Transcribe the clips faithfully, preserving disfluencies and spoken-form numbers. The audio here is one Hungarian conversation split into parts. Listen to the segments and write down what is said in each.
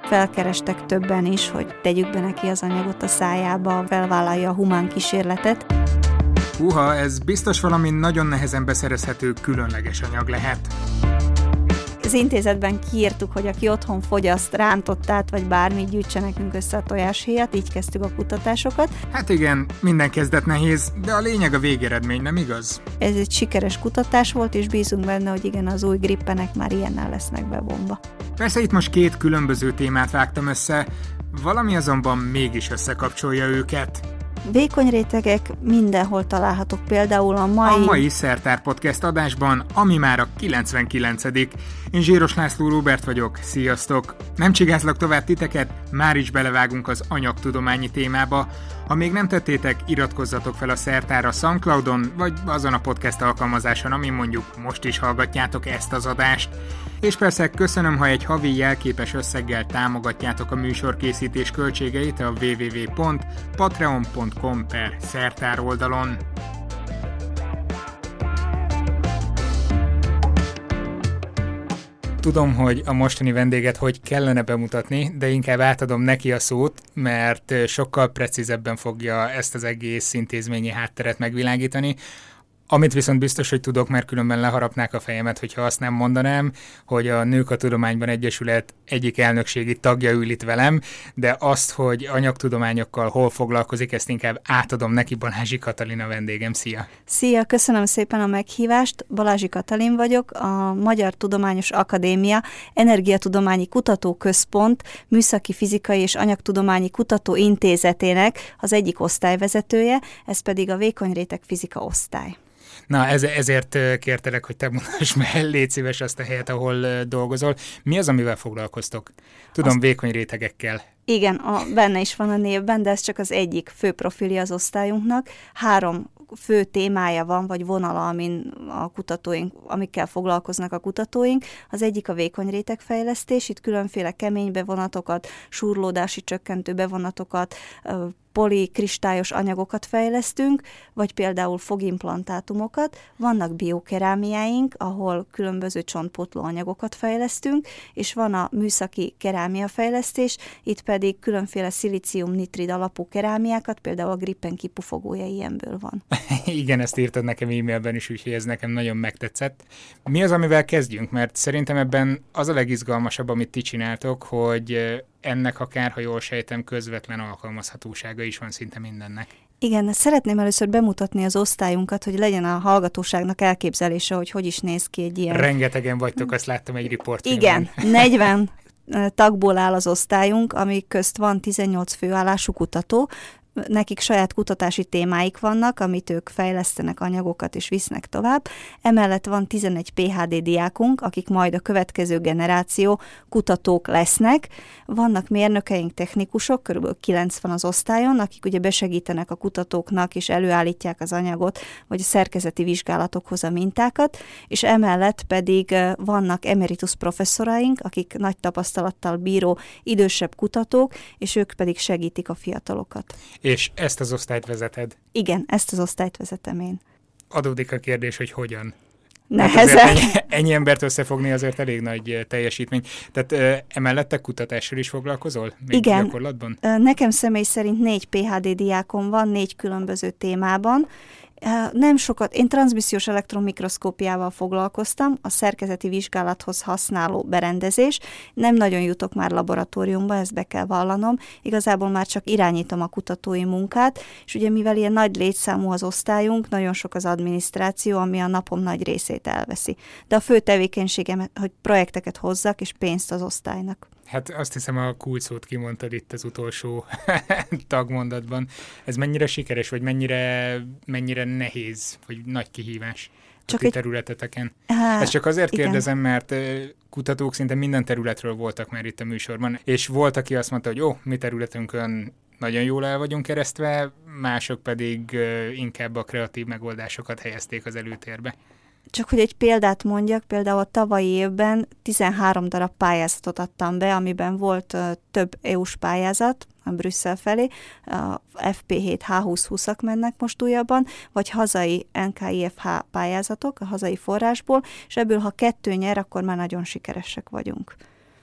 Felkerestek többen is, hogy tegyük be neki az anyagot a szájába, felvállalja a humán kísérletet. Húha, ez biztos valami nagyon nehezen beszerezhető különleges anyag lehet. Az intézetben kiírtuk, hogy aki otthon fogyaszt rántottát, vagy bármit, gyűjtse nekünk össze a tojáshéjat, így kezdtük a kutatásokat. Hát igen, minden kezdet nehéz, de a lényeg a végeredmény, nem igaz? Ez egy sikeres kutatás volt, és bízunk benne, hogy igen, az új grippenek már ilyennel lesznek bevonva. Persze itt most két különböző témát vágtam össze, valami azonban mégis összekapcsolja őket. Vékony rétegek mindenhol találhatók, például a mai... A mai Szertár Podcast adásban, ami már a kilencvenkilencedik Én Zsíros László Róbert vagyok, sziasztok! Nem csigázlak tovább titeket, már is belevágunk az anyagtudományi témába. Ha még nem tettétek, iratkozzatok fel a Szertárra SoundCloudon, vagy azon a podcast alkalmazáson, amin mondjuk most is hallgatjátok ezt az adást. És persze köszönöm, ha egy havi jelképes összeggel támogatjátok a műsorkészítés költségeit a double-u double-u double-u pont patreon pont com per szertár oldalon. Tudom, hogy a mostani vendéget hogy kellene bemutatni, de inkább átadom neki a szót, mert sokkal precízebben fogja ezt az egész intézményi hátteret megvilágítani. Amit viszont biztos, hogy tudok, mert különben leharapnák a fejemet, hogyha azt nem mondanám, hogy a Nők a Tudományban Egyesület egyik elnökségi tagja ül itt velem, de azt, hogy anyagtudományokkal hol foglalkozik, ezt inkább átadom neki. Balázsi Katalin a vendégem. Szia! Szia, köszönöm szépen a meghívást. Balázsi Katalin vagyok, a Magyar Tudományos Akadémia Energiatudományi Kutatóközpont Műszaki Fizikai és Anyagtudományi Kutatóintézetének az egyik osztályvezetője, ez pedig a vékonyréteg fizika osztály. Na, ez, ezért kértelek, hogy te mondass meg, légy szíves azt a helyet, ahol dolgozol. Mi az, amivel foglalkoztok? Tudom, azt... vékony rétegekkel. Igen, a, benne is van a névben, de ez csak az egyik fő profilja az osztályunknak. Három fő témája van, vagy vonala, amin a kutatóink, amikkel foglalkoznak a kutatóink. Az egyik a vékony rétegfejlesztés, itt különféle kemény bevonatokat, súrlódási csökkentő bevonatokat, polikristályos anyagokat fejlesztünk, vagy például fogimplantátumokat. Vannak biokerámiáink, ahol különböző csontpótló anyagokat fejlesztünk, és van a műszaki kerámiafejlesztés, itt pedig különféle szilícium-nitrid alapú kerámiákat, például a Gripen kipufogója ilyenből van. Igen, ezt írtad nekem e-mailben is, úgyhogy ez nekem nagyon megtetszett. Mi az, amivel kezdjünk? Mert szerintem ebben az a legizgalmasabb, amit ti csináltok, hogy ennek akár, ha jól sejtem, közvetlen alkalmazhatósága is van szinte mindennek. Igen, szeretném először bemutatni az osztályunkat, hogy legyen a hallgatóságnak elképzelése, hogy hogy is néz ki egy ilyen... Rengetegen vagytok, azt láttam egy riportfilmben. Igen, negyven tagból áll az osztályunk, amik közt van tizennyolc főállású kutató. Nekik saját kutatási témáik vannak, amit ők fejlesztenek anyagokat és visznek tovább. Emellett van tizenegy pé há dé diákunk, akik majd a következő generáció kutatók lesznek. Vannak mérnökeink, technikusok, körülbelül kilencven az osztályon, akik ugye besegítenek a kutatóknak és előállítják az anyagot, vagy a szerkezeti vizsgálatokhoz a mintákat, és emellett pedig vannak emeritus professzoraink, akik nagy tapasztalattal bíró idősebb kutatók, és ők pedig segítik a fiatalokat. És ezt az osztályt vezeted? Igen, ezt az osztályt vezetem én. Adódik a kérdés, hogy hogyan? Nehezen. Hát ennyi, ennyi embert összefogni azért elég nagy teljesítmény. Tehát ö, emellett te kutatással is foglalkozol? Még igen. Gyakorlatban? Nekem személy szerint négy pé há dé diákom van, négy különböző témában. Nem sokat, én transzmissziós elektronmikroszkópiával foglalkoztam, a szerkezeti vizsgálathoz használó berendezés. Nem nagyon jutok már laboratóriumba, ezt be kell vallanom. Igazából már csak irányítom a kutatói munkát, és ugye mivel ilyen nagy létszámú az osztályunk, nagyon sok az adminisztráció, ami a napom nagy részét elveszi. De a fő tevékenységem, hogy projekteket hozzak, és pénzt az osztálynak. Hát azt hiszem, a kulcsszót kimondtad itt az utolsó tagmondatban. Ez mennyire sikeres, vagy mennyire, mennyire nehéz, vagy nagy kihívás csak a ti területeteken? Há, Ezt csak azért igen. kérdezem, mert kutatók szinte minden területről voltak már itt a műsorban, és volt, aki azt mondta, hogy ó, mi területünkön nagyon jól el vagyunk keresztve, mások pedig inkább a kreatív megoldásokat helyezték az előtérbe. Csak hogy egy példát mondjak, például a tavalyi évben tizenhárom darab pályázatot adtam be, amiben volt uh, több é u-s pályázat a Brüsszel felé, a ef pé hét há húsz húszak mennek most újabban, vagy hazai en ká i ef há pályázatok a hazai forrásból, és ebből ha kettő nyer, akkor már nagyon sikeresek vagyunk.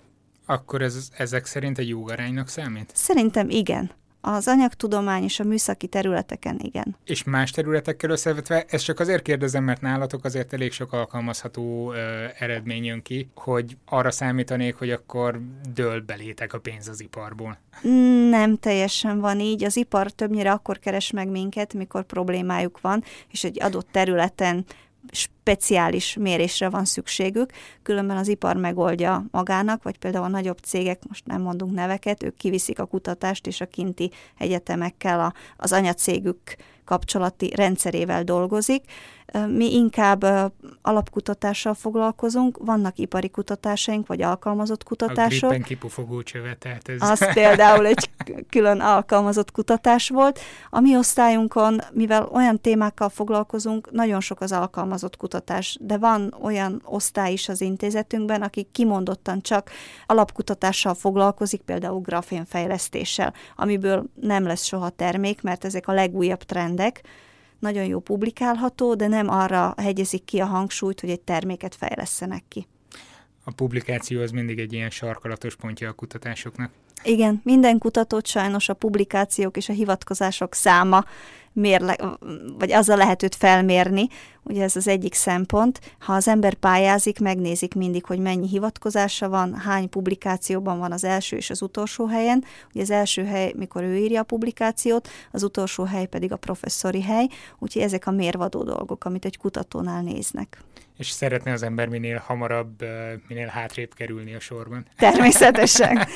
Akkor ez, ezek szerint egy jó aránynak számít? Szerintem igen. Az anyagtudomány és a műszaki területeken igen. És más területekkel összevetve, ezt csak azért kérdezem, mert nálatok azért elég sok alkalmazható ö, eredmény jön ki, hogy arra számítanék, hogy akkor dől belétek a pénz az iparból. Nem teljesen van így. Az ipar többnyire akkor keres meg minket, mikor problémájuk van, és egy adott területen speciális mérésre van szükségük, különben az ipar megoldja magának, vagy például a nagyobb cégek, most nem mondunk neveket, ők kiviszik a kutatást, és a kinti egyetemekkel a, az anyacégük kapcsolati rendszerével dolgozik. Mi inkább alapkutatással foglalkozunk, vannak ipari kutatásaink, vagy alkalmazott kutatások. A gripen kipufogó csöve, tehát ez... Az például egy külön alkalmazott kutatás volt. A mi osztályunkon, mivel olyan témákkal foglalkozunk, nagyon sok az alkalmazott kutatás, de van olyan osztály is az intézetünkben, aki kimondottan csak alapkutatással foglalkozik, például grafénfejlesztéssel, amiből nem lesz soha termék, mert ezek a legújabb trendek, nagyon jó publikálható, de nem arra hegyezik ki a hangsúlyt, hogy egy terméket fejlesztenek ki. A publikáció az mindig egy ilyen sarkalatos pontja a kutatásoknak. Igen, minden kutatót sajnos a publikációk és a hivatkozások száma mérle, vagy azzal lehet őt felmérni, ugye ez az egyik szempont. Ha az ember pályázik, megnézik mindig, hogy mennyi hivatkozása van, hány publikációban van az első és az utolsó helyen. Ugye az első hely, mikor ő írja a publikációt, az utolsó hely pedig a professzori hely, úgyhogy ezek a mérvadó dolgok, amit egy kutatónál néznek. És szeretne az ember minél hamarabb, minél hátrébb kerülni a sorban. Természetesen.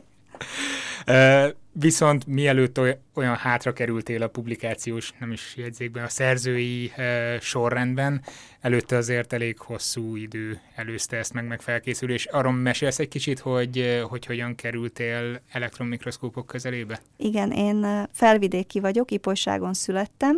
Uh, viszont mielőtt olyan hátra kerültél a publikációs, nem is jegyzékben, a szerzői uh, sorrendben, előtte azért elég hosszú idő előzte ezt meg, meg felkészülés. Arról mesélsz egy kicsit, hogy, uh, hogy hogyan kerültél elektronmikroszkópok közelébe? Igen, én felvidéki vagyok, Ipolyságon születtem,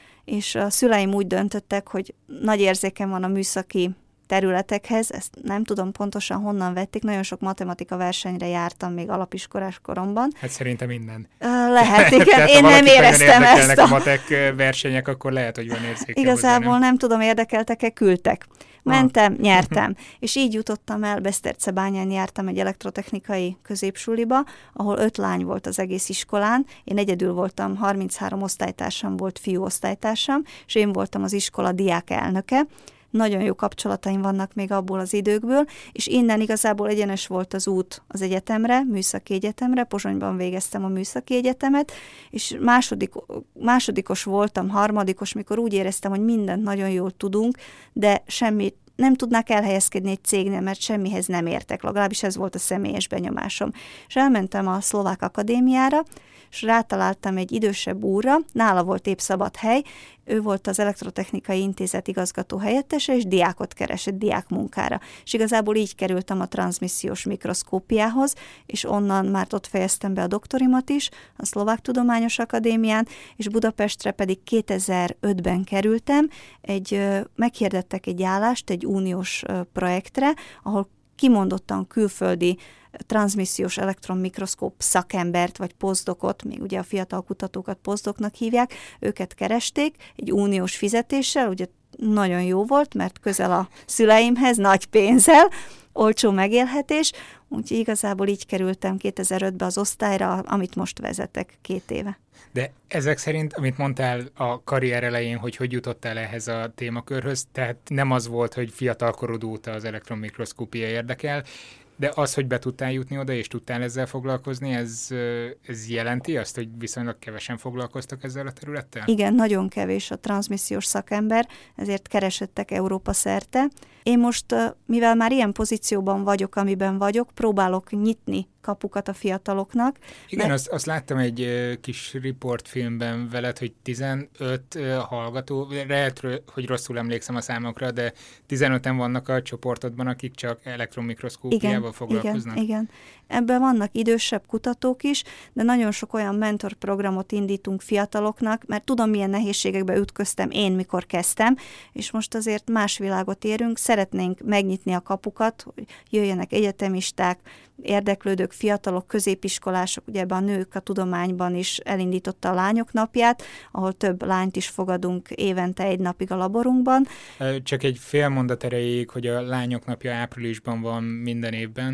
és a szüleim úgy döntöttek, hogy nagy érzékem van a műszaki területekhez, ezt nem tudom pontosan honnan vették, nagyon sok matematika versenyre jártam még alapiskolás koromban. Hát szerintem minden. Lehet, igen, én nem éreztem ezt a... a matek versenyek, akkor lehet, hogy van érzékem. Igazából hozzá, nem? nem tudom, érdekeltek-e, küldtek. Mentem, nyertem, és így jutottam el, Besztercebányán jártam egy elektrotechnikai középsuliba, ahol öt lány volt az egész iskolán, én egyedül voltam, harminchárom osztálytársam volt, fiú osztálytársam, és én voltam az iskola diák elnöke. Nagyon jó kapcsolataim vannak még abból az időkből, és innen igazából egyenes volt az út az egyetemre, műszaki egyetemre, Pozsonyban végeztem a műszaki egyetemet, és második, másodikos voltam, harmadikos, mikor úgy éreztem, hogy mindent nagyon jól tudunk, de semmit nem tudnák elhelyezkedni egy cégnél, mert semmihez nem értek, legalábbis ez volt a személyes benyomásom. És elmentem a Szlovák Akadémiára, és rátaláltam egy idősebb úrra, nála volt épp szabad hely, ő volt az Elektrotechnikai Intézet igazgató helyettese, és diákot keresett, diákmunkára. És igazából így kerültem a transzmissziós mikroszkópiához, és onnan már ott fejeztem be a doktorimat is, a Szlovák Tudományos Akadémián, és Budapestre pedig kétezer-ötben kerültem, egy, meghirdettek egy állást egy uniós projektre, ahol kimondottan külföldi transzmissziós elektronmikroszkóp szakembert, vagy posztdokot, még ugye a fiatal kutatókat posztdoknak hívják, őket keresték egy uniós fizetéssel, ugye nagyon jó volt, mert közel a szüleimhez, nagy pénzzel, olcsó megélhetés, úgyhogy igazából így kerültem kétezer-ötben az osztályra, amit most vezetek két éve. De ezek szerint, amit mondtál a karrier elején, hogy hogy jutottál ehhez a témakörhöz, tehát nem az volt, hogy fiatalkorod óta az elektronmikroszkópia érdekel, de az, hogy be tudtál jutni oda, és tudtál ezzel foglalkozni, ez, ez jelenti azt, hogy viszonylag kevesen foglalkoztak ezzel a területtel? Igen, nagyon kevés a transzmissziós szakember, ezért keresettek Európa szerte. Én most, mivel már ilyen pozícióban vagyok, amiben vagyok, próbálok nyitni kapukat a fiataloknak. Igen, mert... azt, azt láttam egy uh, kis riportfilmben veled, hogy tizenöt uh, hallgató, lehet, hogy rosszul emlékszem a számokra, de tizenöten vannak a csoportodban, akik csak elektronmikroszkópiával igen, foglalkoznak. Igen, igen. Ebben vannak idősebb kutatók is, de nagyon sok olyan mentorprogramot indítunk fiataloknak, mert tudom, milyen nehézségekbe ütköztem én, mikor kezdtem, és most azért más világot érünk, szeretnénk megnyitni a kapukat, hogy jöjjenek egyetemisták, érdeklődők, fiatalok, középiskolások, ugye ebben a Nők a Tudományban is elindította a Lányok Napját, ahol több lányt is fogadunk évente egy napig a laborunkban. Csak egy fél mondat erejéig, hogy a Lányok Napja áprilisban van minden évben,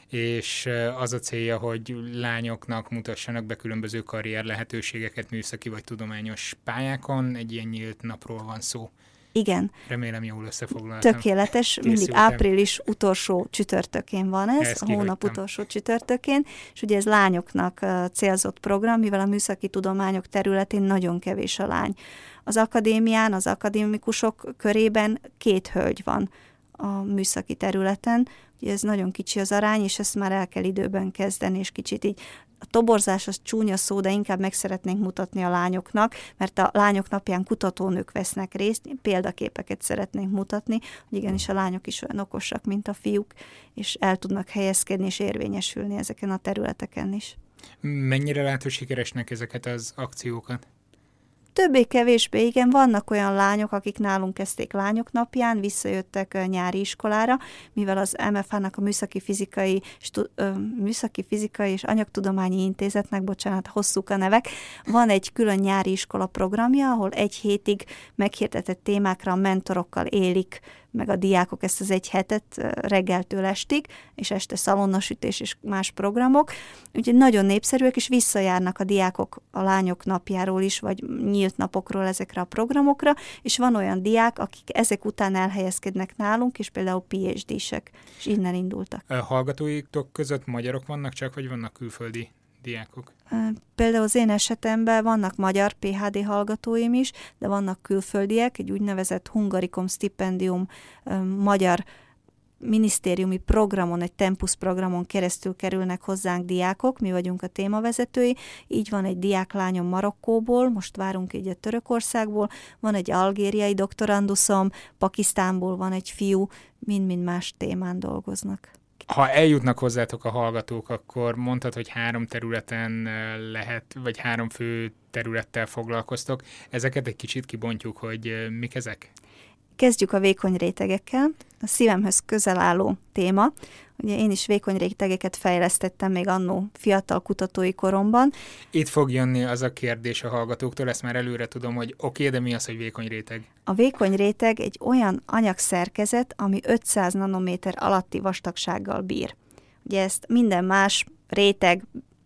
és az a célja, hogy lányoknak mutassanak be különböző karrier lehetőségeket műszaki vagy tudományos pályákon. Egy ilyen nyílt napról van szó. Igen. Remélem jól összefoglaltam. Tökéletes, mindig április utolsó csütörtökén van ez, Ezt a hónap kihagytam. utolsó csütörtökén, és ugye ez lányoknak célzott program, mivel a műszaki tudományok területén nagyon kevés a lány. Az akadémián, az akadémikusok körében két hölgy van a műszaki területen, ugye ez nagyon kicsi az arány, és ezt már el kell időben kezdeni, és kicsit így a toborzás az csúnya szó, de inkább meg szeretnénk mutatni a lányoknak, mert a lányok napján kutatónők vesznek részt, példaképeket szeretnénk mutatni, hogy igenis a lányok is olyan okosak, mint a fiúk, és el tudnak helyezkedni és érvényesülni ezeken a területeken is. Mennyire látod sikeresnek ezeket az akciókat? Többé-kevésbé, igen, vannak olyan lányok, akik nálunk kezdték lányok napján, visszajöttek nyári iskolára, mivel az em ef á-nak a Műszaki Fizikai, stu, ö, Műszaki Fizikai és Anyagtudományi Intézetnek, bocsánat, hosszúk a nevek, van egy külön nyári iskola programja, ahol egy hétig meghirdetett témákra a mentorokkal élik meg a diákok ezt az egy hetet reggeltől estig, és este szalonnasütés és más programok. Úgyhogy nagyon népszerűek, és visszajárnak a diákok a lányok napjáról is, vagy nyílt napokról ezekre a programokra, és van olyan diák, akik ezek után elhelyezkednek nálunk, és például pé há dé-sek, és innen indultak. A hallgatóitok között magyarok vannak csak, vagy vannak külföldi diákok? Például az én esetemben vannak magyar pé há dé hallgatóim is, de vannak külföldiek, egy úgynevezett Hungarikum stipendium magyar minisztériumi programon, egy Tempus programon keresztül kerülnek hozzánk diákok, mi vagyunk a témavezetői, így van egy diáklányom Marokkóból, most várunk egyet Törökországból, van egy algériai doktoranduszom, Pakisztánból van egy fiú, mind-mind más témán dolgoznak. Ha eljutnak hozzátok a hallgatók, akkor mondtad, hogy három területen lehet, vagy három fő területtel foglalkoztok. Ezeket egy kicsit kibontjuk, hogy mik ezek? Kezdjük a vékony rétegekkel. A szívemhez közel álló téma. Ugye én is vékony rétegeket fejlesztettem még annó fiatal kutatói koromban. Itt fog jönni az a kérdés a hallgatóktól, ezt már előre tudom, hogy oké, okay, de mi az, hogy vékony réteg? A vékony réteg egy olyan anyagszerkezet, ami ötszáz nanométer alatti vastagsággal bír. Ugye ezt minden más réteg,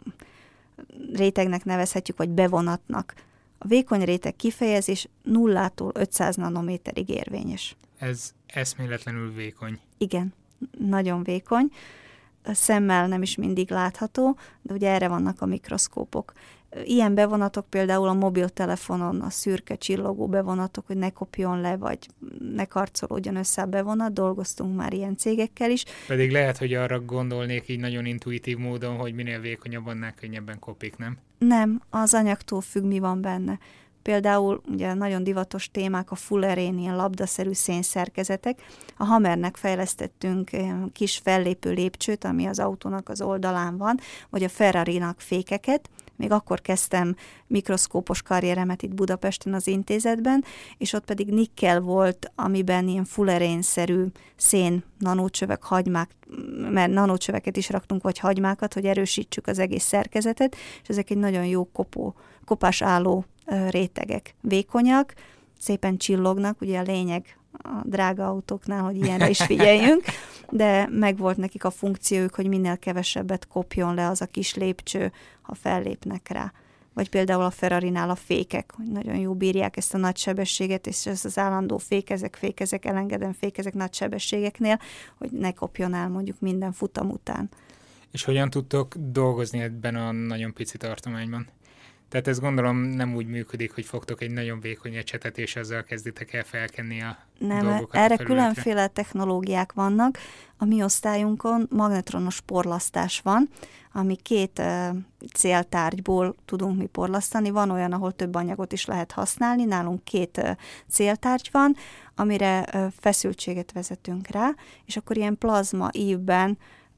rétegnek nevezhetjük, vagy bevonatnak. A vékony réteg kifejezés nullától ötszáz nanométerig érvényes. Ez eszméletlenül vékony. Igen, nagyon vékony. A szemmel nem is mindig látható, de ugye erre vannak a mikroszkópok. Ilyen bevonatok például a mobiltelefonon, a szürke csillogó bevonatok, hogy ne kopjon le, vagy ne karcolódjon össze a bevonat, dolgoztunk már ilyen cégekkel is. Pedig lehet, hogy arra gondolnék így nagyon intuitív módon, hogy minél vékonyabb, annál könnyebben kopik, nem? Nem, az anyagtól függ, mi van benne. Például ugye nagyon divatos témák a fullerén, ilyen labdaszerű szénszerkezetek. A Hammernek fejlesztettünk kis fellépő lépcsőt, ami az autónak az oldalán van, vagy a Ferrarinak fékeket. Még akkor kezdtem mikroszkópos karrieremet itt Budapesten az intézetben, és ott pedig nikkel volt, amiben ilyen fullerén-szerű szén, nanócsövek, hagymák, mert nanócsöveket is raktunk, vagy hagymákat, hogy erősítsük az egész szerkezetet, és ezek egy nagyon jó kopó, kopás álló rétegek. Vékonyak, szépen csillognak, ugye a lényeg a drága autóknál, hogy ilyenre is figyeljünk, de megvolt nekik a funkciójuk, hogy minél kevesebbet kopjon le az a kis lépcső, ha fellépnek rá. Vagy például a Ferrarinál a fékek, hogy nagyon jó bírják ezt a nagy sebességet, és ez az állandó fékezek, fékezek, elengedem fékezek nagy sebességeknél, hogy ne kopjon el mondjuk minden futam után. És hogyan tudtok dolgozni ebben a nagyon pici tartományban? Tehát ez gondolom nem úgy működik, hogy fogtok egy nagyon vékony ecsetet, és ezzel kezditek el felkenni a nem, dolgokat erre a felületre. Különféle technológiák vannak. A mi osztályunkon magnetronos porlasztás van, ami két uh, céltárgyból tudunk mi porlasztani. Van olyan, ahol több anyagot is lehet használni. Nálunk két uh, céltárgy van, amire uh, feszültséget vezetünk rá, és akkor ilyen plazma ívben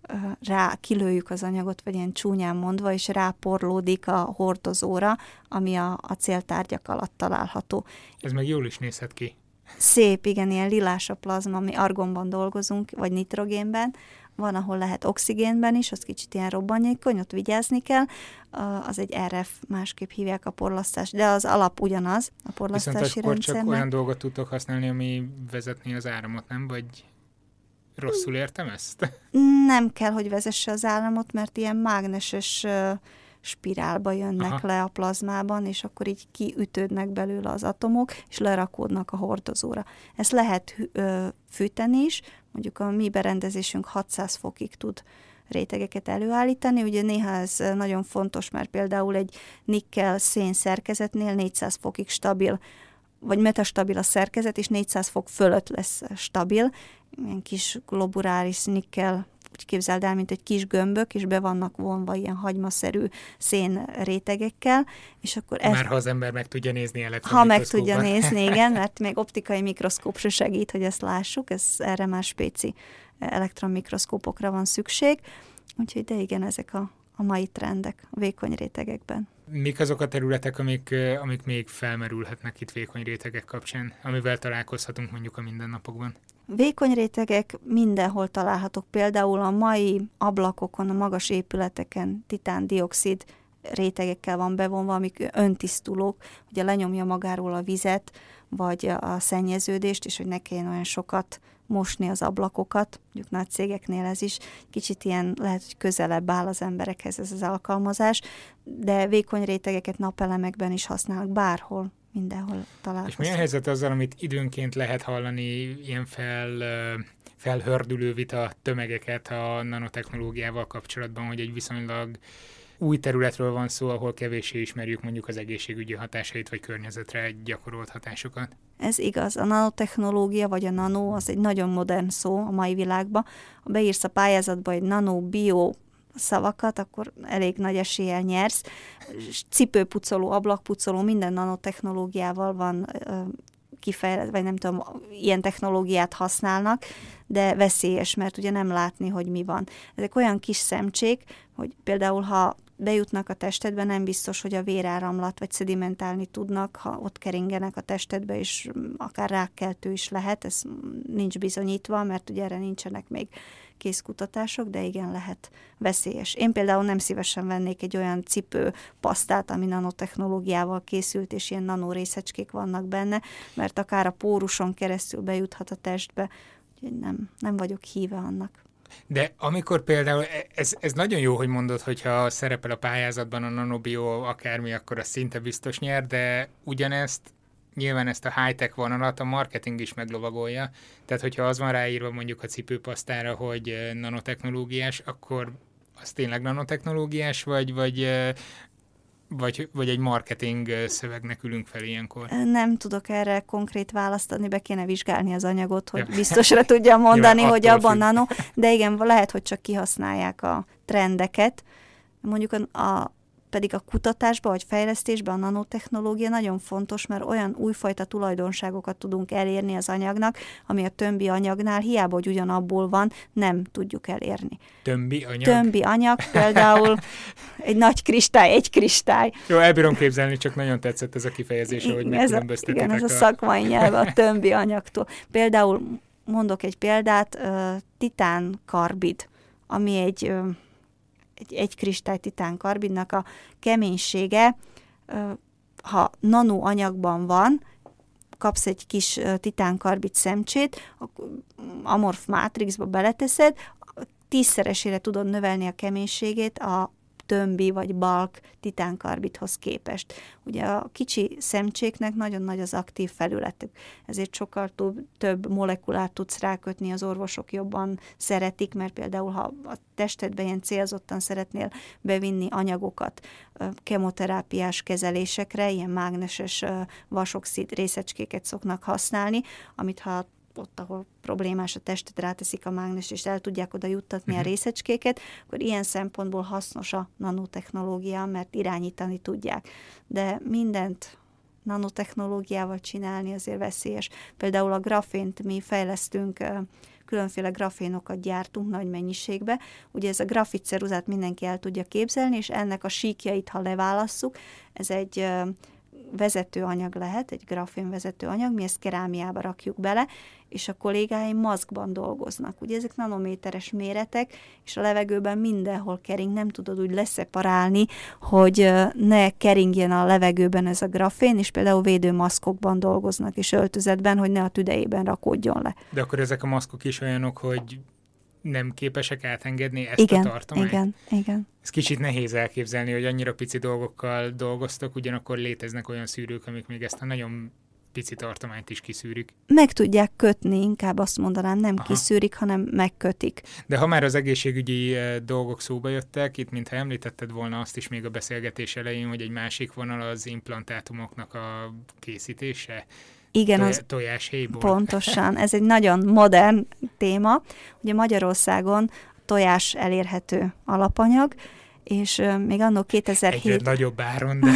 rá kilőjük az anyagot, vagy ilyen csúnyán mondva, és ráporlódik a hordozóra, ami a, a céltárgyak alatt található. Ez meg jól is nézhet ki. Szép, igen, ilyen lilás a plazma, mi argonban dolgozunk, vagy nitrogénben, van, ahol lehet oxigénben is, az kicsit ilyen robbanékony, ott vigyázni kell, az egy er ef, másképp hívják a porlasztást, de az alap ugyanaz, a porlasztási rendszernek. Viszont akkor rendszernek. csak olyan dolgot tudtok használni, ami vezetni az áramot, nem? Vagy Rosszul értem ezt? Nem kell, hogy vezesse az áramot, mert ilyen mágneses spirálba jönnek Aha. le a plazmában, és akkor így kiütődnek belőle az atomok, és lerakódnak a hordozóra. Ezt lehet ö, fűteni is, mondjuk a mi berendezésünk hatszáz fokig tud rétegeket előállítani. Ugye néha ez nagyon fontos, mert például egy nikkel-szén szerkezetnél négyszáz fokig stabil, vagy metastabil a szerkezet, és négyszáz fok fölött lesz stabil. Ilyen kis globuláris nikkel, úgy képzeld el, mint egy kis gömbök, és be vannak vonva ilyen hagymaszerű szén rétegekkel, és akkor ezt... Már ha az ember meg tudja nézni elektron Ha meg tudja nézni, igen, mert még optikai mikroszkóp se segít, hogy ezt lássuk, ez erre már spéci elektronmikroszkópokra van szükség, úgyhogy de igen, ezek a, a mai trendek a vékony rétegekben. Mik azok a területek, amik, amik még felmerülhetnek itt vékony rétegek kapcsán, amivel találkozhatunk mondjuk a mindennapokban? Vékony rétegek mindenhol találhatók, például a mai ablakokon, a magas épületeken titán-dioxid rétegekkel van bevonva, amik öntisztulók, ugye lenyomja magáról a vizet, vagy a szennyeződést, és hogy ne kelljen olyan sokat mosni az ablakokat, mondjuk nagy cégeknél ez is kicsit ilyen lehet, hogy közelebb áll az emberekhez ez az alkalmazás, de vékony rétegeket napelemekben is használnak bárhol, mindenhol találkozunk. És milyen helyzet azzal, amit időnként lehet hallani, ilyen fel, felhördülő vita tömegeket a nanotechnológiával kapcsolatban, hogy egy viszonylag új területről van szó, ahol kevéssé ismerjük mondjuk az egészségügyi hatásait, vagy környezetre gyakorolt hatásokat. Ez igaz. A nanotechnológia, vagy a nano, az egy nagyon modern szó a mai világban. Ha beírsz a pályázatba egy nano, bio szavakat, akkor elég nagy eséllyel nyersz. Cipőpucoló, ablakpucoló, minden nanotechnológiával van kifejezett, vagy nem tudom, ilyen technológiát használnak, de veszélyes, mert ugye nem látni, hogy mi van. Ezek olyan kis szemcsék, hogy például, ha bejutnak a testedbe, nem biztos, hogy a véráramlat, vagy szedimentálni tudnak, ha ott keringenek a testedbe, és akár rákkeltő is lehet, ez nincs bizonyítva, mert ugye erre nincsenek még készkutatások, de igen, lehet veszélyes. Én például nem szívesen vennék egy olyan cipőpasztát, ami nanotechnológiával készült, és ilyen nanorészecskék vannak benne, mert akár a póruson keresztül bejuthat a testbe, úgyhogy nem, nem vagyok híve annak. De amikor például, ez, ez nagyon jó, hogy mondod, hogyha szerepel a pályázatban a nanobio akármi, akkor az szinte biztos nyer, de ugyanezt, nyilván ezt a high-tech vonalat a marketing is meglovagolja. Tehát, hogyha az van ráírva mondjuk a cipőpasztára, hogy nanotechnológiás, akkor az tényleg nanotechnológiás, vagy, vagy, vagy, vagy egy marketing szövegnek ülünk fel ilyenkor? Nem tudok erre konkrét választ adni, be kéne vizsgálni az anyagot, hogy ja. biztosra tudjam mondani, hogy abban nano, de igen, lehet, hogy csak kihasználják a trendeket. Mondjuk a, a pedig a kutatásban vagy fejlesztésben a nanotechnológia nagyon fontos, mert olyan újfajta tulajdonságokat tudunk elérni az anyagnak, ami a többi anyagnál hiába, hogy ugyanabból van, nem tudjuk elérni. Többi anyag? Többi anyag, például egy nagy kristály, egy kristály. Jó, elbírom képzelni, csak nagyon tetszett ez a kifejezés, hogy megkülönböztetitek. Igen, ez a szakmai nyelve a többi anyagtól. Például mondok egy példát, titánkarbid, ami egy egy, egy kristály titánkarbidnak a keménysége, ha nano anyagban van, kapsz egy kis titánkarbid szemcsét, amorf mátrixba beleteszed, tízszeresére tudod növelni a keménységét a tömbi vagy balk titánkarbidhoz képest. Ugye a kicsi szemcséknek nagyon nagy az aktív felületük, ezért sokkal több, több molekulát tudsz rákötni, az orvosok jobban szeretik, mert például ha a testedbe ilyen célzottan szeretnél bevinni anyagokat kemoterápiás kezelésekre, ilyen mágneses vasoxid részecskéket szoknak használni, amit ha ott, ahol problémás a testet, ráteszik a mágnes, és el tudják oda juttatni uh-huh. a részecskéket, akkor ilyen szempontból hasznos a nanotechnológia, mert irányítani tudják. De mindent nanotechnológiával csinálni azért veszélyes. Például a grafént mi fejlesztünk, különféle grafénokat gyártunk nagy mennyiségbe. Ugye ez a grafitceruzát mindenki el tudja képzelni, és ennek a síkjait, ha leválasszuk, ez egy vezetőanyag lehet, egy grafén vezetőanyag, mi ezt kerámiába rakjuk bele, és a kollégáim maszkban dolgoznak. Ugye ezek nanométeres méretek, és a levegőben mindenhol kering, nem tudod úgy leszeparálni, hogy ne keringjen a levegőben ez a grafén, és például védőmaszkokban dolgoznak, és öltözetben, hogy ne a tüdejében rakódjon le. De akkor ezek a maszkok is olyanok, hogy nem képesek átengedni ezt igen, a tartományt? Igen, igen. Ez kicsit nehéz elképzelni, hogy annyira pici dolgokkal dolgoztok, ugyanakkor léteznek olyan szűrők, amik még ezt a nagyon pici tartományt is kiszűrik. Meg tudják kötni, inkább azt mondanám, nem Aha. kiszűrik, hanem megkötik. De ha már az egészségügyi dolgok szóba jöttek, itt mintha említetted volna azt is még a beszélgetés elején, hogy egy másik vonal az implantátumoknak a készítése. Igen, Toj- az tojáshéjból. Pontosan, ez egy nagyon modern téma. Ugye Magyarországon tojás elérhető alapanyag, és uh, még annó kétezer-hét... Egyre nagyobb áron, de...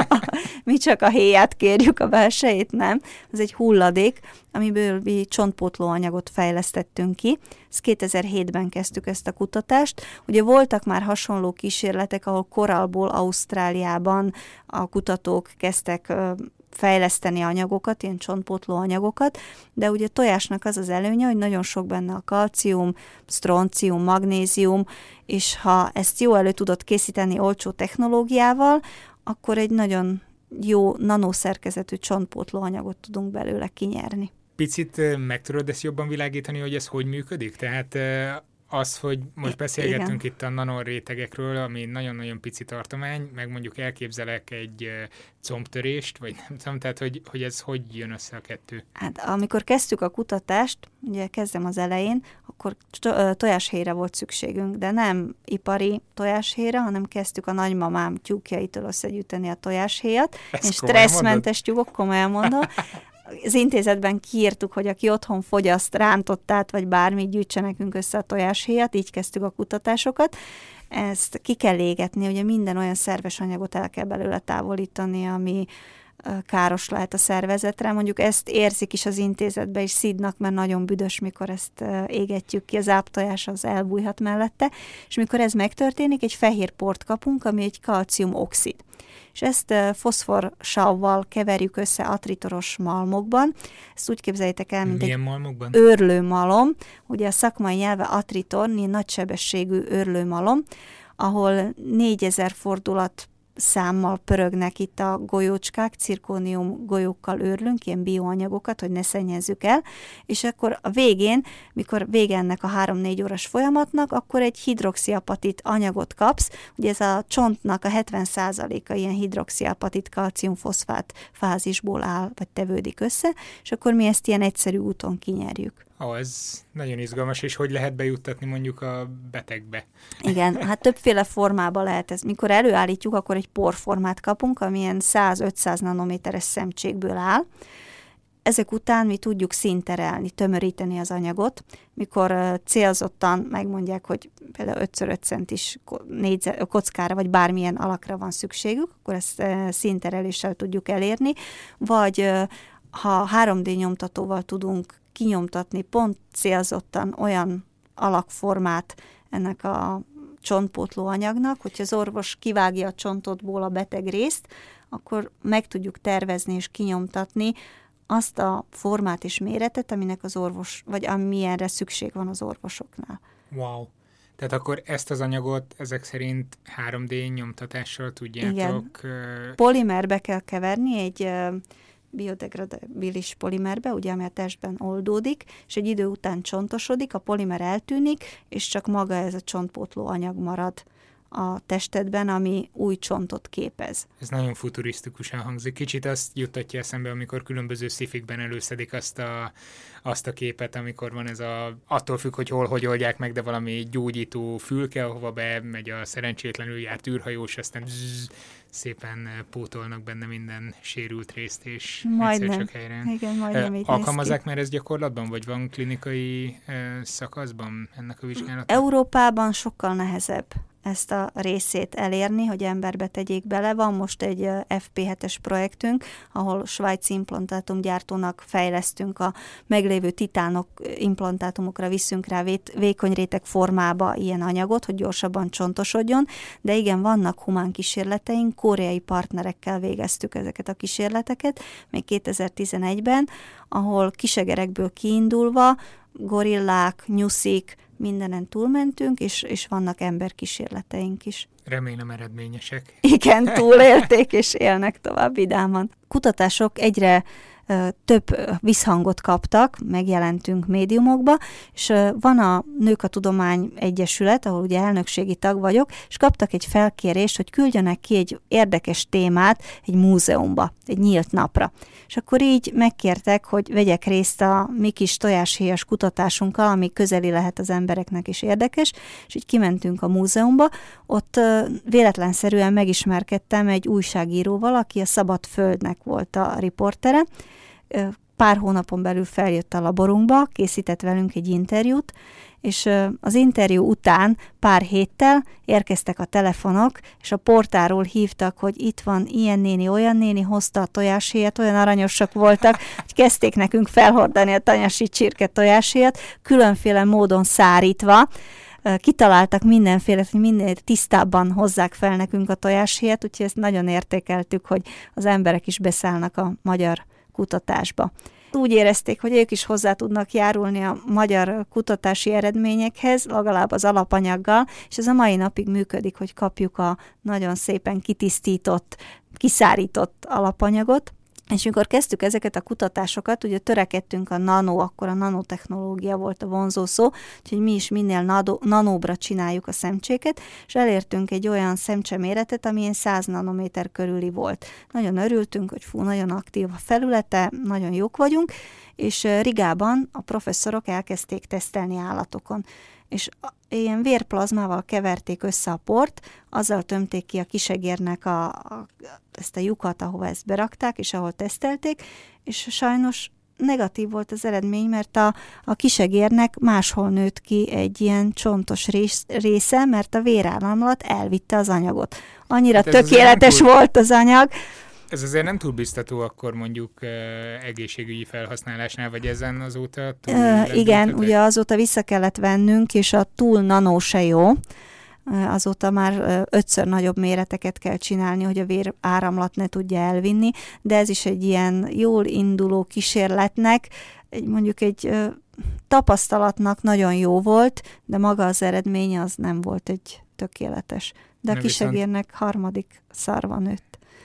Mi csak a héját kérjük, a belsejét nem. Ez egy hulladék, amiből mi csontpótló anyagot fejlesztettünk ki. Ezt kétezer-hétben kezdtük ezt a kutatást. Ugye voltak már hasonló kísérletek, ahol korallból Ausztráliában a kutatók kezdtek uh, fejleszteni anyagokat, ilyen csontpótló anyagokat, de ugye a tojásnak az az előnye, hogy nagyon sok benne a kalcium, sztroncium, magnézium, és ha ezt jó elő tudod készíteni olcsó technológiával, akkor egy nagyon jó nanoszerkezetű csontpótló anyagot tudunk belőle kinyerni. Picit meg tudod ezt jobban világítani, hogy ez hogy működik? Tehát az, hogy most beszélgettünk Igen. itt a nanorétegekről, ami nagyon-nagyon pici tartomány, meg mondjuk elképzelek egy combtörést, vagy nem tudom, tehát hogy, hogy ez hogy jön össze a kettő? Hát amikor kezdtük a kutatást, ugye kezdem az elején, akkor tojáshéjre volt szükségünk, de nem ipari tojáshéjre, hanem kezdtük a nagymamám tyúkjaitól összegyűjteni a tojáshéjat. És stresszmentes tyúkok, komolyan mondom. Az intézetben kiírtuk, hogy aki otthon fogyaszt rántottát, vagy bármit, gyűjtse nekünk össze a tojáshéjat, így kezdtük a kutatásokat. Ezt ki kell égetni, ugye minden olyan szerves anyagot el kell belőle távolítani, ami káros lehet a szervezetre. Mondjuk ezt érzik is az intézetbe, és szidnak, mert nagyon büdös, mikor ezt égetjük ki, az áptojás az elbújhat mellette, és mikor ez megtörténik, egy fehér port kapunk, ami egy kalciumoxid. És ezt foszforsavval keverjük össze atritoros malmokban. Ezt úgy képzeljétek el, mint Milyen egy malmokban? őrlőmalom. Ugye a szakmai nyelve atritor, nagysebességű őrlőmalom, ahol négyezer fordulat számmal pörögnek itt a golyócskák, cirkónium golyókkal őrlünk, ilyen bioanyagokat, hogy ne szennyezzük el, és akkor a végén, mikor vége ennek a három-négy órás folyamatnak, akkor egy hidroxiapatit anyagot kapsz, ugye ez a csontnak a hetven százaléka ilyen hidroxiapatit kalciumfoszfát fázisból áll, vagy tevődik össze, és akkor mi ezt ilyen egyszerű úton kinyerjük. Ó, oh, ez nagyon izgalmas, és hogy lehet bejuttatni mondjuk a betegbe? Igen, hát többféle formában lehet ez. Mikor előállítjuk, akkor egy porformát kapunk, amilyen száz-ötszáz nanométeres szemcsékből áll. Ezek után mi tudjuk színterelni, tömöríteni az anyagot. Mikor célzottan megmondják, hogy például ötször öt centis négyzet, kockára, vagy bármilyen alakra van szükségük, akkor ezt színtereléssel tudjuk elérni. Vagy ha három dé nyomtatóval tudunk kinyomtatni pont célzottan olyan alakformát ennek a csontpótló anyagnak, hogyha az orvos kivágja a csontodból a beteg részt, akkor meg tudjuk tervezni és kinyomtatni azt a formát és méretet, aminek az orvos, vagy amilyenre szükség van az orvosoknál. Wow! Tehát akkor ezt az anyagot ezek szerint három dé nyomtatással tudjátok... Igen. Polimerbe kell keverni egy biodegradabilis polimerbe, ugye, ami a testben oldódik, és egy idő után csontosodik, a polimer eltűnik, és csak maga ez a csontpótló anyag marad a testedben, ami új csontot képez. Ez nagyon futurisztikusan hangzik. Kicsit azt juttatja eszembe, amikor különböző szifikben előszedik azt a, azt a képet, amikor van ez a, attól függ, hogy hol, hogy oldják meg, de valami gyógyító fülke, ahova bemegy a szerencsétlenül járt űrhajós, aztán zzz, szépen pótolnak benne minden sérült részt, és majdnem. egyszer csak helyre. Igen, majdnem így alkalmazzák már ezt gyakorlatban, vagy van klinikai uh, szakaszban ennek a vizsgálatnak? Európában sokkal nehezebb ezt a részét elérni, hogy emberbe tegyék bele. Van most egy ef pé hetes projektünk, ahol svájci implantátumgyártónak fejlesztünk a meglévő titánok implantátumokra, viszünk rá vékony réteg formába ilyen anyagot, hogy gyorsabban csontosodjon, de igen, vannak humán kísérleteink, koreai partnerekkel végeztük ezeket a kísérleteket, még kétezer-tizenegyben, ahol kisegerekből kiindulva gorillák, nyuszik, mindenen túlmentünk, és, és vannak emberkísérleteink is. Remélem eredményesek. Igen, túlélték, és élnek tovább vidáman. Kutatások egyre több visszhangot kaptak, megjelentünk médiumokba, és van a Nők a Tudomány Egyesület, ahol ugye elnökségi tag vagyok, és kaptak egy felkérést, hogy küldjenek ki egy érdekes témát egy múzeumba, egy nyílt napra. És akkor így megkértek, hogy vegyek részt a mi kis tojáshéjas kutatásunkkal, ami közeli lehet az embereknek is érdekes, és így kimentünk a múzeumba, ott véletlenszerűen megismerkedtem egy újságíróval, aki a Szabad Földnek volt a riportere. Pár hónapon belül feljött a laborunkba, készített velünk egy interjút, és az interjú után pár héttel érkeztek a telefonok, és a portáról hívtak, hogy itt van ilyen néni, olyan néni, hozta a tojáshéjat, olyan aranyosak voltak, hogy kezdték nekünk felhordani a tanyasi csirke tojáshéjat, különféle módon szárítva, kitaláltak mindenféle, hogy minél tisztábban hozzák fel nekünk a tojáshéjat, úgyhogy ezt nagyon értékeltük, hogy az emberek is beszállnak a magyar kutatásba. Úgy érezték, hogy ők is hozzá tudnak járulni a magyar kutatási eredményekhez, legalább az alapanyaggal, és ez a mai napig működik, hogy kapjuk a nagyon szépen kitisztított, kiszárított alapanyagot. És amikor kezdtük ezeket a kutatásokat, ugye törekedtünk a nano, akkor a nanotechnológia volt a vonzó szó, úgyhogy mi is minél nano, nanóbra csináljuk a szemcséket, és elértünk egy olyan szemcseméretet, amilyen száz nanométer körüli volt. Nagyon örültünk, hogy fú, nagyon aktív a felülete, nagyon jók vagyunk, és Rigában a professzorok elkezdték tesztelni állatokon. És ilyen vérplazmával keverték össze a port, azzal tömték ki a kisegérnek a, a, ezt a lyukat, ahova ezt berakták, és ahol tesztelték, és sajnos negatív volt az eredmény, mert a, a kisegérnek máshol nőtt ki egy ilyen csontos rész, része, mert a véráramlat elvitte az anyagot. Annyira hát tökéletes túl... volt az anyag. Ez azért nem túl biztató akkor mondjuk uh, egészségügyi felhasználásnál, vagy ezen azóta túl uh, Igen, ugye azóta vissza kellett vennünk, és a túl nanó se jó. Uh, azóta már uh, ötször nagyobb méreteket kell csinálni, hogy a vér áramlat ne tudja elvinni, de ez is egy ilyen jól induló kísérletnek, egy, mondjuk egy uh, tapasztalatnak nagyon jó volt, de maga az eredménye az nem volt egy tökéletes. De a kisegérnek viszont... harmadik szarva nőtt.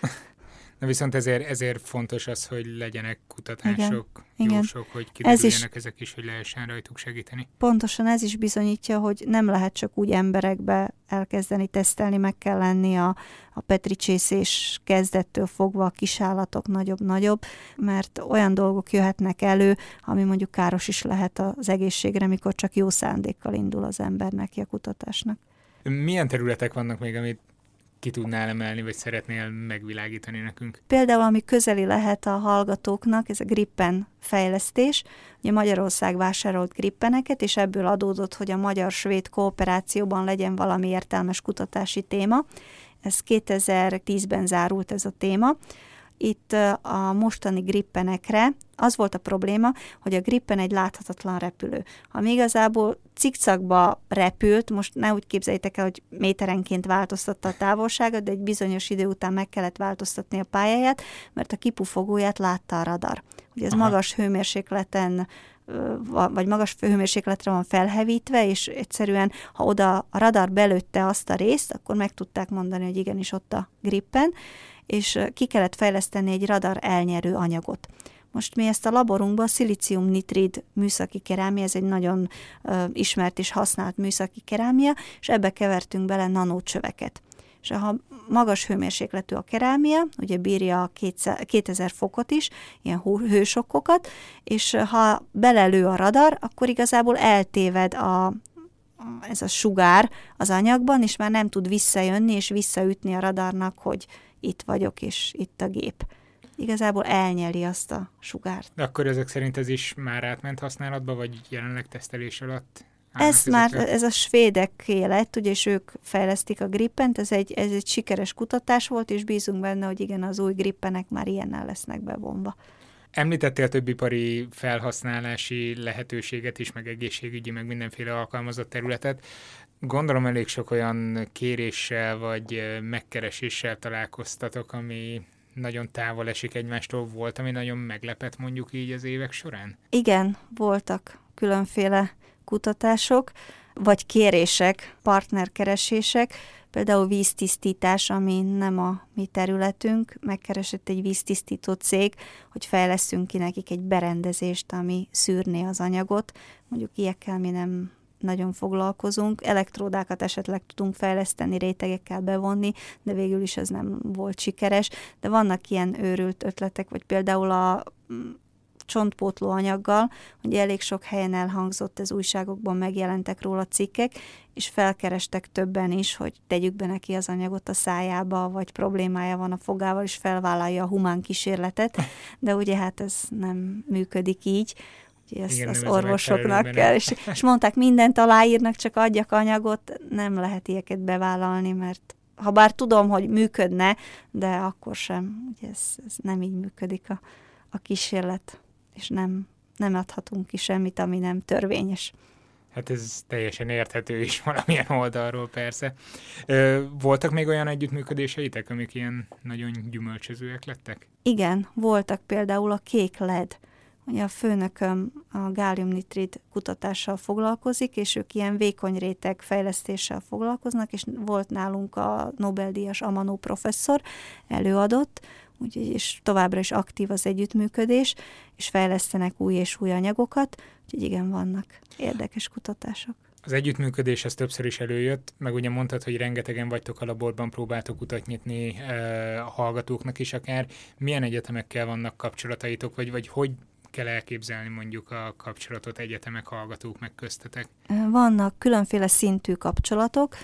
Na viszont ezért, ezért fontos az, hogy legyenek kutatások, igen, jósok, igen. Hogy kiderüljenek ez ezek is, hogy lehessen rajtuk segíteni. Pontosan ez is bizonyítja, hogy nem lehet csak úgy emberekbe elkezdeni tesztelni, meg kell lenni a, a petricsészés kezdettől fogva, a kisállatok nagyobb-nagyobb, mert olyan dolgok jöhetnek elő, ami mondjuk káros is lehet az egészségre, mikor csak jó szándékkal indul az ember neki a kutatásnak. Milyen területek vannak még, amit ki tudnál emelni, vagy szeretnél megvilágítani nekünk? Például, ami közeli lehet a hallgatóknak, ez a Gripen fejlesztés. Ugye Magyarország vásárolt Grippeneket, és ebből adódott, hogy a magyar-svéd kooperációban legyen valami értelmes kutatási téma. Ez kétezer-tízben zárult ez a téma. Itt a mostani Grippenekre az volt a probléma, hogy a Gripen egy láthatatlan repülő. Ami igazából cikcakba repült, most ne úgy képzeljétek el, hogy méterenként változtatta a távolságot, de egy bizonyos idő után meg kellett változtatni a pályáját, mert a kipufogóját látta a radar. Ugye ez Aha. magas hőmérsékleten vagy magas hőmérsékletre van felhevítve, és egyszerűen, ha oda a radar belőtte azt a részt, akkor meg tudták mondani, hogy igenis ott a Gripen, és ki kellett fejleszteni egy radar elnyerő anyagot. Most mi ezt a laborunkban szilícium-nitrid műszaki kerámia, ez egy nagyon uh, ismert és használt műszaki kerámia, és ebbe kevertünk bele nanócsöveket. És ha magas hőmérsékletű a kerámia, ugye bírja a kétezer fokot is, ilyen hősokkokat, és ha belelő a radar, akkor igazából eltéved a, ez a sugár az anyagban, és már nem tud visszajönni és visszaütni a radarnak, hogy itt vagyok, és itt a gép. Igazából elnyeli azt a sugárt. De akkor ezek szerint ez is már átment használatba, vagy jelenleg tesztelés alatt Ez már, ez a svédeké lett, ugye, és ők fejlesztik a Grippent, ez egy, ez egy sikeres kutatás volt, és bízunk benne, hogy igen, az új Grippenek már ilyennel lesznek bevonva. Említettél több ipari felhasználási lehetőséget is, meg egészségügyi, meg mindenféle alkalmazott területet. Gondolom elég sok olyan kéréssel vagy megkereséssel találkoztatok, ami nagyon távol esik egymástól. Volt, ami nagyon meglepett mondjuk így az évek során? Igen, voltak különféle kutatások, vagy kérések, partnerkeresések, például víztisztítás, ami nem a mi területünk, megkeresett egy víztisztító cég, hogy fejlesztünk ki nekik egy berendezést, ami szűrné az anyagot. Mondjuk ilyekkel mi nem nagyon foglalkozunk, elektródákat esetleg tudunk fejleszteni, rétegekkel bevonni, de végül is ez nem volt sikeres. De vannak ilyen őrült ötletek, vagy például a csontpótló anyaggal, hogy elég sok helyen elhangzott, ez újságokban megjelentek róla cikkek, és felkerestek többen is, hogy tegyük be neki az anyagot a szájába, vagy problémája van a fogával, és felvállalja a humán kísérletet, de ugye hát ez nem működik így, ugye ezt Igen, az orvosoknak kell, és, és mondták, mindent aláírnak, csak adjak anyagot, nem lehet ilyeket bevállalni, mert ha bár tudom, hogy működne, de akkor sem, ugye ez, ez nem így működik a, a kísérlet, és nem, nem adhatunk ki semmit, ami nem törvényes. Hát ez teljesen érthető is valamilyen oldalról persze. Voltak még olyan együttműködéseitek, amik ilyen nagyon gyümölcsözőek lettek? Igen, voltak például a kék led. Ugye a főnököm a gáliumnitrid kutatással foglalkozik, és ők ilyen vékony réteg fejlesztéssel foglalkoznak, és volt nálunk a Nobel-díjas Amanó professzor, előadott, úgyhogy és továbbra is aktív az együttműködés, és fejlesztenek új és új anyagokat, úgyhogy igen, vannak érdekes kutatások. Az együttműködés, ez többször is előjött, meg ugye mondtad, hogy rengetegen vagytok a laborban, próbáltok utat nyitni e, a hallgatóknak is akár. Milyen egyetemekkel vannak kapcsolataitok, vagy, vagy hogy kell elképzelni mondjuk a kapcsolatot egyetemek, hallgatók meg köztetek? Vannak különféle szintű kapcsolatok,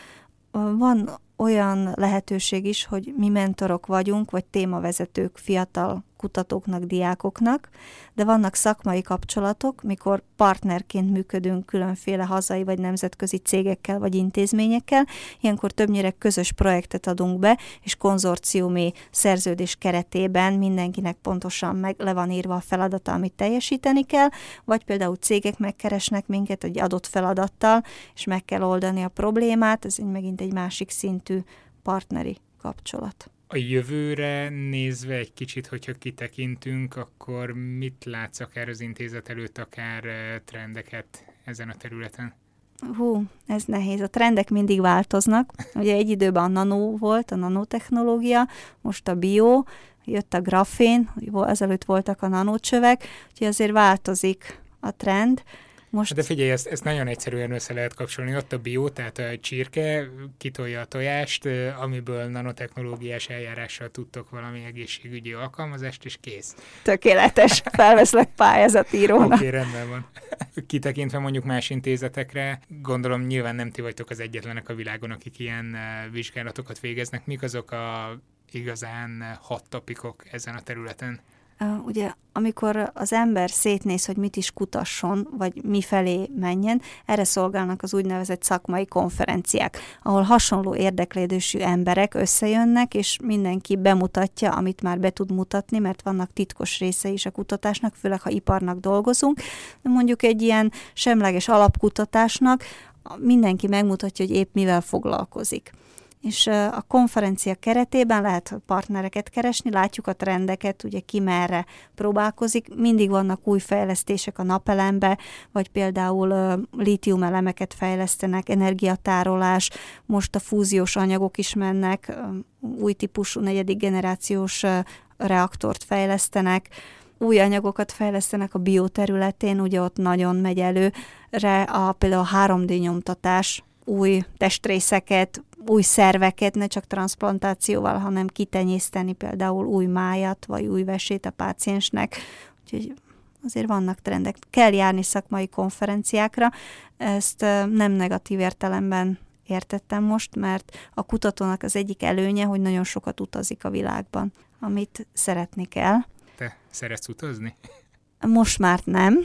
van olyan lehetőség is, hogy mi mentorok vagyunk, vagy témavezetők fiatal kutatóknak, diákoknak, de vannak szakmai kapcsolatok, mikor partnerként működünk különféle hazai vagy nemzetközi cégekkel vagy intézményekkel, ilyenkor többnyire közös projektet adunk be, és konzorciumi szerződés keretében mindenkinek pontosan meg le van írva a feladata, amit teljesíteni kell, vagy például cégek megkeresnek minket egy adott feladattal, és meg kell oldani a problémát, ez megint egy másik szintű partneri kapcsolat. A jövőre nézve egy kicsit, hogyha kitekintünk, akkor mit látsz akár az intézet előtt, akár trendeket ezen a területen? Hú, ez nehéz. A trendek mindig változnak. Ugye egy időben a nano volt, a nanotechnológia, most a bio, jött a grafén, ezelőtt voltak a nanócsövek, úgyhogy azért változik a trend. Most... De figyelj, ezt, ezt nagyon egyszerűen össze lehet kapcsolni. Ott a bio, tehát a csirke kitolja a tojást, amiből nanotechnológiás eljárással tudtok valami egészségügyi alkalmazást, és kész. Tökéletes. Felveszlek pályázatírónak. Oké, okay, rendben van. Kitekintve mondjuk más intézetekre, gondolom nyilván nem ti vagytok az egyetlenek a világon, akik ilyen vizsgálatokat végeznek. Mik azok a igazán hot topikok ezen a területen? Uh, ugye, amikor az ember szétnéz, hogy mit is kutasson, vagy mifelé menjen, erre szolgálnak az úgynevezett szakmai konferenciák, ahol hasonló érdeklődésű emberek összejönnek, és mindenki bemutatja, amit már be tud mutatni, mert vannak titkos részei is a kutatásnak, főleg ha iparnak dolgozunk. De mondjuk egy ilyen semleges alapkutatásnak mindenki megmutatja, hogy épp mivel foglalkozik. És a konferencia keretében lehet partnereket keresni, látjuk a trendeket, ugye ki merre próbálkozik, mindig vannak új fejlesztések a napelembe, vagy például lítium elemeket fejlesztenek, energiatárolás, most a fúziós anyagok is mennek, új típusú negyedik generációs reaktort fejlesztenek, új anyagokat fejlesztenek a bioterületén, ugye ott nagyon megy előre a, például a három dé nyomtatás, új testrészeket, új szerveket, ne csak transplantációval, hanem kitenyészteni például új májat, vagy új vesét a páciensnek. Úgyhogy azért vannak trendek. Kell járni szakmai konferenciákra. Ezt nem negatív értelemben értettem most, mert a kutatónak az egyik előnye, hogy nagyon sokat utazik a világban, amit szeretni kell. Te szeretsz utazni? Most már nem.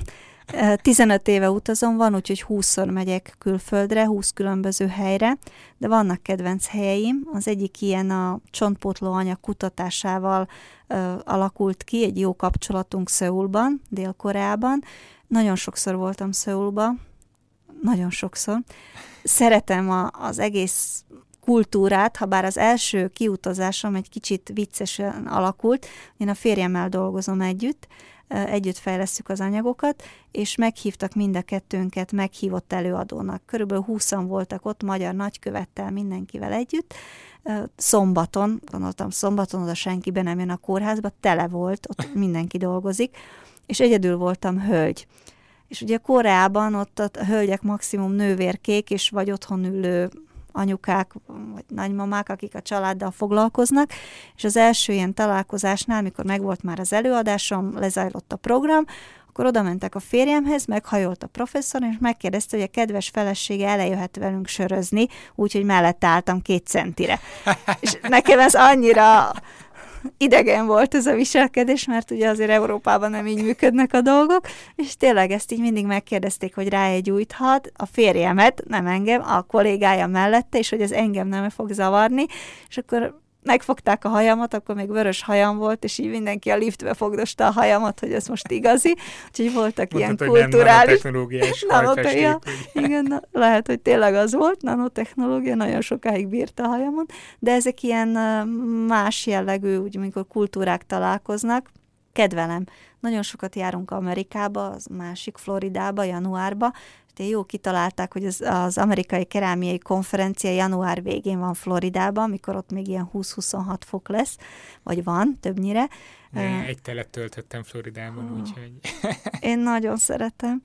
tizenöt éve utazom, van úgyhogy húszszor megyek külföldre, húsz különböző helyre, de vannak kedvenc helyeim. Az egyik ilyen a csontpótló anyag kutatásával ö, alakult ki, egy jó kapcsolatunk Szöulban, Dél-Koreában. Nagyon sokszor voltam Szöulban, nagyon sokszor. Szeretem a, az egész kultúrát, ha bár az első kiutazásom egy kicsit viccesen alakult, én a férjemmel dolgozom együtt, együtt fejlesszük az anyagokat, és meghívtak mind a kettőnket meghívott előadónak. Körülbelül húszan voltak ott, magyar nagykövettel, mindenkivel együtt. Szombaton, gondoltam, szombaton oda senki be nem jön a kórházba, tele volt, ott mindenki dolgozik, és egyedül voltam hölgy. És ugye Koreában ott a hölgyek maximum nővérkék, és vagy otthon ülő anyukák, vagy nagymamák, akik a családdal foglalkoznak, és az első ilyen találkozásnál, mikor megvolt már az előadásom, lezajlott a program, akkor oda mentek a férjemhez, meghajolt a professzor, és megkérdezte, hogy a kedves felesége eljöhet velünk sörözni, úgyhogy mellette álltam két centire. És nekem ez annyira idegen volt ez a viselkedés, mert ugye azért Európában nem így működnek a dolgok, és tényleg ezt így mindig megkérdezték, hogy rájegyújthat a férjemet, nem engem, a kollégája mellette, és hogy ez engem nem fog zavarni, és akkor megfogták a hajamat, akkor még vörös hajam volt, és így mindenki a liftbe fogdosta a hajamat, hogy ez most igazi, úgyhogy voltak mondtad, ilyen kulturális... nanotechnológiás hajfesték. Igen, lehet, hogy tényleg az volt, nanotechnológia, nagyon sokáig bírta a hajamon, de ezek ilyen más jellegű, úgy, amikor kultúrák találkoznak, kedvelem. Nagyon sokat járunk Amerikába, az másik Floridába, januárba, és jó kitalálták, hogy az, az amerikai kerámiai konferencia január végén van Floridában, amikor ott még ilyen húsz-huszonhat fok lesz, vagy van többnyire. Én egy telet töltöttem Floridában, oh. úgyhogy... Én nagyon szeretem.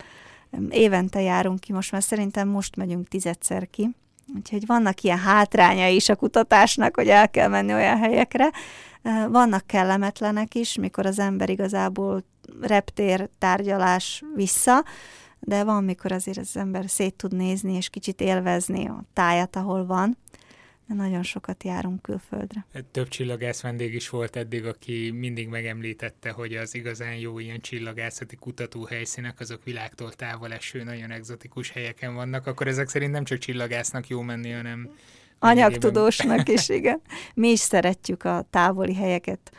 Évente járunk ki, most már szerintem most megyünk tizedszer ki. Úgyhogy vannak ilyen hátrányai is a kutatásnak, hogy el kell menni olyan helyekre. Vannak kellemetlenek is, mikor az ember igazából reptér, tárgyalás vissza, de van, mikor azért az ember szét tud nézni, és kicsit élvezni a tájat, ahol van. De nagyon sokat járunk külföldre. Több csillagász vendég is volt eddig, aki mindig megemlítette, hogy az igazán jó ilyen csillagászati kutatóhelyszínek, azok világtól távol eső, nagyon egzotikus helyeken vannak, akkor ezek szerint nem csak csillagásznak jó menni, hanem... Anyagtudósnak is, igen. Mi is szeretjük a távoli helyeket.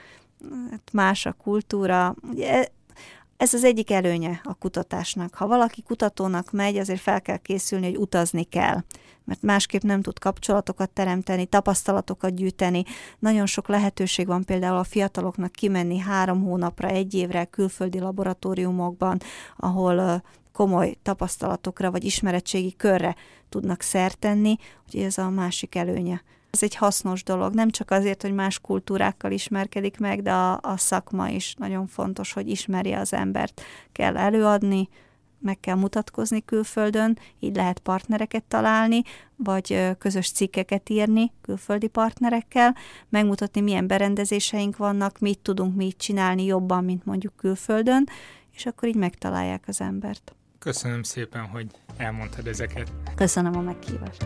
Más a kultúra. Ugye ez az egyik előnye a kutatásnak. Ha valaki kutatónak megy, azért fel kell készülni, hogy utazni kell. Mert másképp nem tud kapcsolatokat teremteni, tapasztalatokat gyűjteni. Nagyon sok lehetőség van például a fiataloknak kimenni három hónapra, egy évre külföldi laboratóriumokban, ahol komoly tapasztalatokra vagy ismeretségi körre tudnak szert tenni, úgyhogy ez a másik előnye. Ez egy hasznos dolog, nem csak azért, hogy más kultúrákkal ismerkedik meg, de a, a szakma is nagyon fontos, hogy ismerje az embert. Kell előadni, meg kell mutatkozni külföldön, így lehet partnereket találni, vagy közös cikkeket írni külföldi partnerekkel, megmutatni, milyen berendezéseink vannak, mit tudunk mi csinálni jobban, mint mondjuk külföldön, és akkor így megtalálják az embert. Köszönöm szépen, hogy elmondtad ezeket. Köszönöm a meghívást.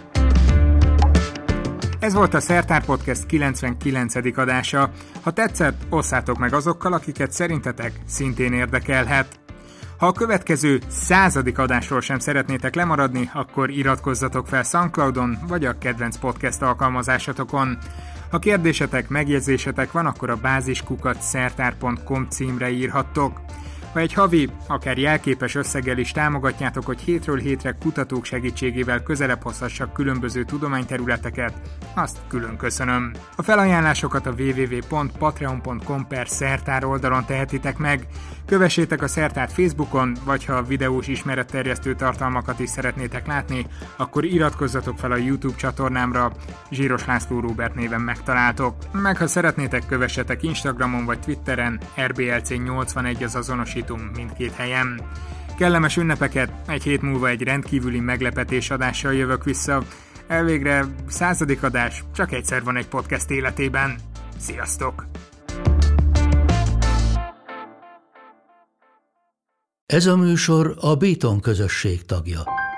Ez volt a Szertár Podcast kilencvenkilencedik adása. Ha tetszett, osszátok meg azokkal, akiket szerintetek szintén érdekelhet. Ha a következő századik adásról sem szeretnétek lemaradni, akkor iratkozzatok fel SoundCloudon vagy a kedvenc podcast alkalmazásatokon. Ha kérdésetek, megjegyzésetek van, akkor a báziskukac szertár pont com címre írhattok. Ha egy havi, akár jelképes összeggel is támogatjátok, hogy hétről hétre kutatók segítségével közelebb hozhassak különböző tudományterületeket, azt külön köszönöm. A felajánlásokat a double-u double-u double-u pont patreon pont com per szertár oldalon tehetitek meg. Kövessétek a Szertárt Facebookon, vagy ha videós ismeretterjesztő tartalmakat is szeretnétek látni, akkor iratkozzatok fel a YouTube csatornámra, Zsíros László Róbert néven megtaláltok. Meg ha szeretnétek, kövessetek Instagramon vagy Twitteren, er bé el cé nyolcvanegy az azonosítunk mindkét helyen. Kellemes ünnepeket, egy hét múlva egy rendkívüli meglepetés adással jövök vissza. Elvégre századik adás, csak egyszer van egy podcast életében. Sziasztok! Ez a műsor a Béton közösség tagja.